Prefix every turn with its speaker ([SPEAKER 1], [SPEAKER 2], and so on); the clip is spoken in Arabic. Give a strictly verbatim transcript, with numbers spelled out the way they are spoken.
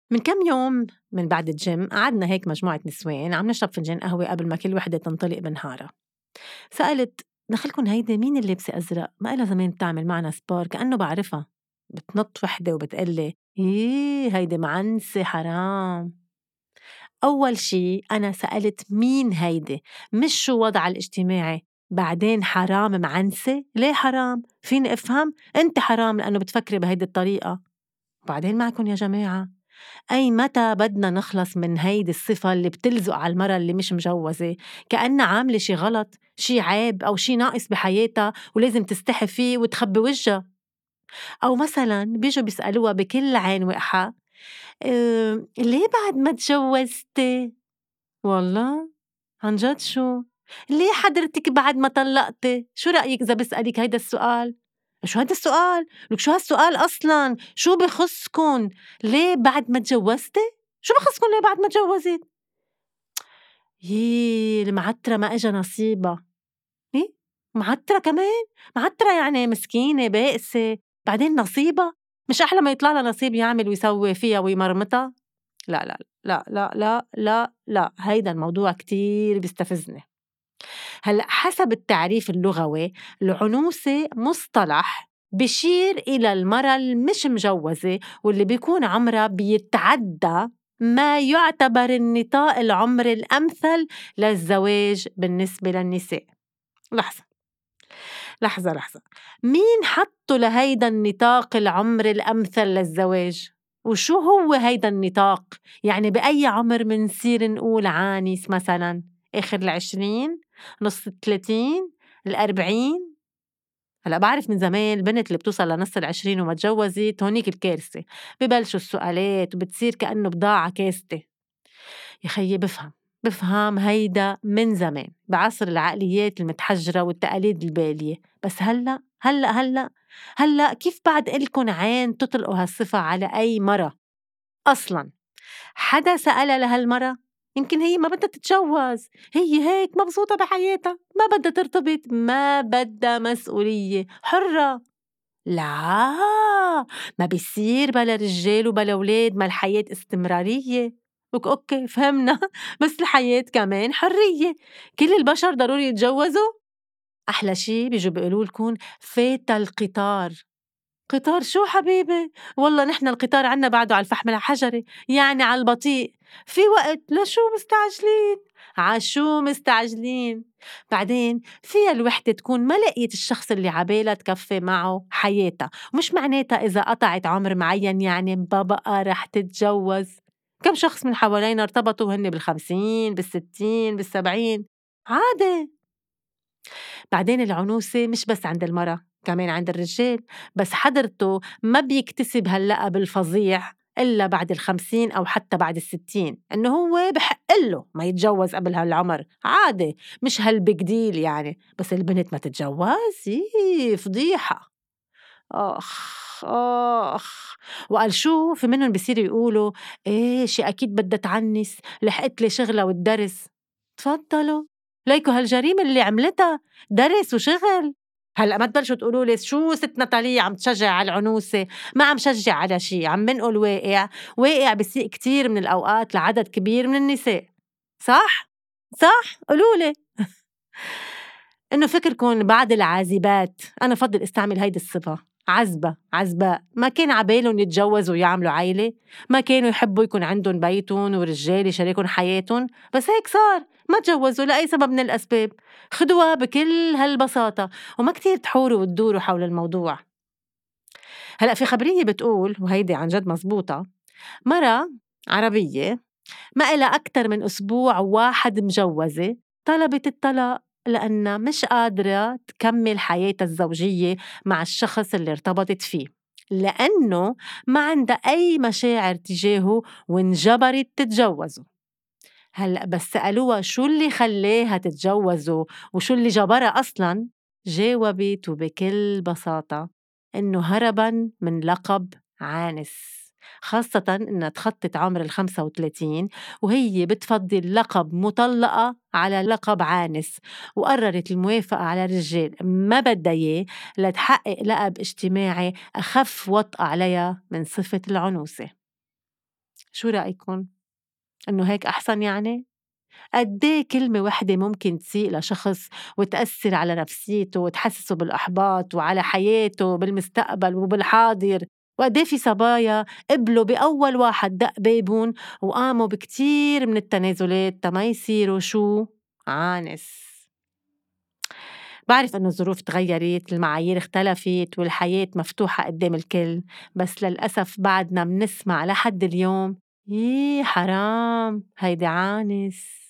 [SPEAKER 1] من كم يوم من بعد الجيم قعدنا هيك مجموعة نسوان عم نشرب فنجان قهوة قبل ما كل وحدة تنطلق بنهارها. سألت دخلكن هيدي مين اللي لابسة أزرق؟ ما إلها زمان بتعمل معنا سبار كأنه بعرفها. بتنط وحدة وبتقلي إيه هيدي معنسة حرام. أول شي أنا سألت مين هيدي، مش شو وضع الاجتماعي. بعدين حرام معنسة؟ ليه حرام؟ فيني أفهم؟ أنت حرام لأنه بتفكري بهيدي الطريقة. وبعدين معكن يا جماعة، أي متى بدنا نخلص من هيدي الصفة اللي بتلزق على المرأة اللي مش مجوزة كأنها عاملة شي غلط، شي عيب أو شي ناقص بحياتها ولازم تستحي فيه وتخبي وجهها. أو مثلا بيجوا بيسألوها بكل عين وقحة أه ليه بعد ما تجوزتي؟ والله عن جد شو؟ ليه حضرتك بعد ما طلقتي؟ شو رأيك إذا بسألك هيدا السؤال؟ شو هيدا السؤال؟ لك شو هالسؤال أصلاً؟ شو بخصكن؟ ليه بعد ما تجوزتي؟ شو بخصكن ليه بعد ما تجوزت؟ يي المعترة ما إجا نصيبها. إيه؟ معترة كمان؟ معترة يعني مسكينة بائسة بعدين نصيبها؟ مش أحلى ما يطلع لها نصيب يعمل ويسوي فيها ويمرمطها؟ لا لا لا لا لا لا لا هيدا الموضوع كتير بيستفزني. هلأ حسب التعريف اللغوي العنوسة مصطلح بشير إلى المرأة المش مجوزة واللي بيكون عمرها بيتعدى ما يعتبر النطاق العمر الأمثل للزواج بالنسبة للنساء. لحظة لحظة لحظة مين حطوا لهيدا النطاق العمر الأمثل للزواج؟ وشو هو هيدا النطاق؟ يعني بأي عمر منصير نقول عانس مثلاً؟ آخر العشرين؟ نص الثلاثين؟ الأربعين؟ هلأ بعرف من زمان البنت اللي بتوصل لنص العشرين وما تجوزت هونيك الكارثة، ببلشوا السؤالات وبتصير كأنه بضاعة كاستة. يا خيي بفهم بفهم هيدا من زمان بعصر العقليات المتحجرة والتقاليد البالية، بس هلأ هلأ هلأ هلأ كيف بعد إلكن عين تطلقوا هالصفة على أي مرة؟ أصلاً حدا سألها لهالمرة؟ يمكن هي ما بدها تتجوز، هي هيك مبسوطة بحياتها، ما بدها ترتبط، ما بدها مسؤولية، حرة. لا ما بيصير بلا رجال وبلا ولاد، ما الحياة استمرارية. أوك أوكي فهمنا بس الحياة كمان حرية، كل البشر ضروري يتجوزوا. أحلى شي بيجوا بيقولوا لكم فات القطار. قطار شو حبيبي؟ والله نحن القطار عنا بعده على الفحم الحجري، يعني على البطيء، في وقت لشو مستعجلين؟ عشو مستعجلين؟ بعدين فيها الوحدة تكون ما لقيت الشخص اللي عبالها تكفي معه حياتها، ومش معناتها إذا قطعت عمر معين يعني ما بقى رح تتجوز. كم شخص من حوالينا ارتبطوا هن بالخمسين بالستين بالسبعين، عادي. بعدين العنوسة مش بس عند المرأة كمان عند الرجال، بس حضرته ما بيكتسب هاللقب الفظيع إلا بعد الخمسين أو حتى بعد الستين، إنه هو بحق له ما يتجوز قبل هالعمر عادي، مش هالبيج ديل يعني. بس البنت ما تتجوز إيه فضيحة. آخ آخ. وقال شو في منهم بيصيروا يقولوا إيه شي أكيد بدها تعنس لحقت لي شغلة والدرس. تفضلوا ليكو هالجريمة اللي عملتها درس وشغل. هلأ ما تبلشوا تقولوا لي شو ست ناتاليا عم تشجع على العنوسة، ما عم شجع على شي، عم بنقول واقع. واقع بيسيء كتير من الأوقات لعدد كبير من النساء. صح؟ صح؟ قولولي إنه فكركن بعد العازبات أنا فضل استعمل هيدي الصفة عزبة عزباء، ما كان عبالهم يتجوزوا ويعملوا عيلة، ما كانوا يحبوا يكون عندهم بيتهم ورجال يشاركون حياتهم، بس هيك صار ما تجوزوا لأي سبب من الأسباب. خدوها بكل هالبساطة وما كتير تحوروا وتدوروا حول الموضوع. هلأ في خبرية بتقول وهيدي عن جد مزبوطة، مرة عربية ما إلها أكتر من أسبوع واحد مجوزة طلبت الطلاق لأنها مش قادرة تكمل حياتها الزوجية مع الشخص اللي ارتبطت فيه، لأنه ما عندها أي مشاعر تجاهه وانجبرت تتجوزه. هلأ بس سألوها شو اللي خلاها تتجوزه وشو اللي جبرها أصلاً، جاوبت وبكل بساطة إنه هرباً من لقب عانس، خاصة إنها تخطت عمر الخمسة وثلاثين وهي بتفضل لقب مطلقة على لقب عانس، وقررت الموافقة على رجال ما بدها إياه لتحقق لقب اجتماعي أخف وطأ عليها من صفة العنوسة. شو رأيكن؟ إنه هيك أحسن يعني؟ قديه كلمة وحدة ممكن تسيء لشخص وتأثّر على نفسيته وتحسّسه بالإحباط وعلى حياته بالمستقبل وبالحاضر، وقديه في صبايا قبلوا بأول واحد دق بيبون وقاموا بكتير من التنازلات تا ما يصيروا شو؟ عانس. بعرف إنه الظروف تغيّرت، المعايير اختلفت والحياة مفتوحة قدّام الكل، بس للأسف بعدنا منسمع لحد اليوم يي حرام هيدي عانس.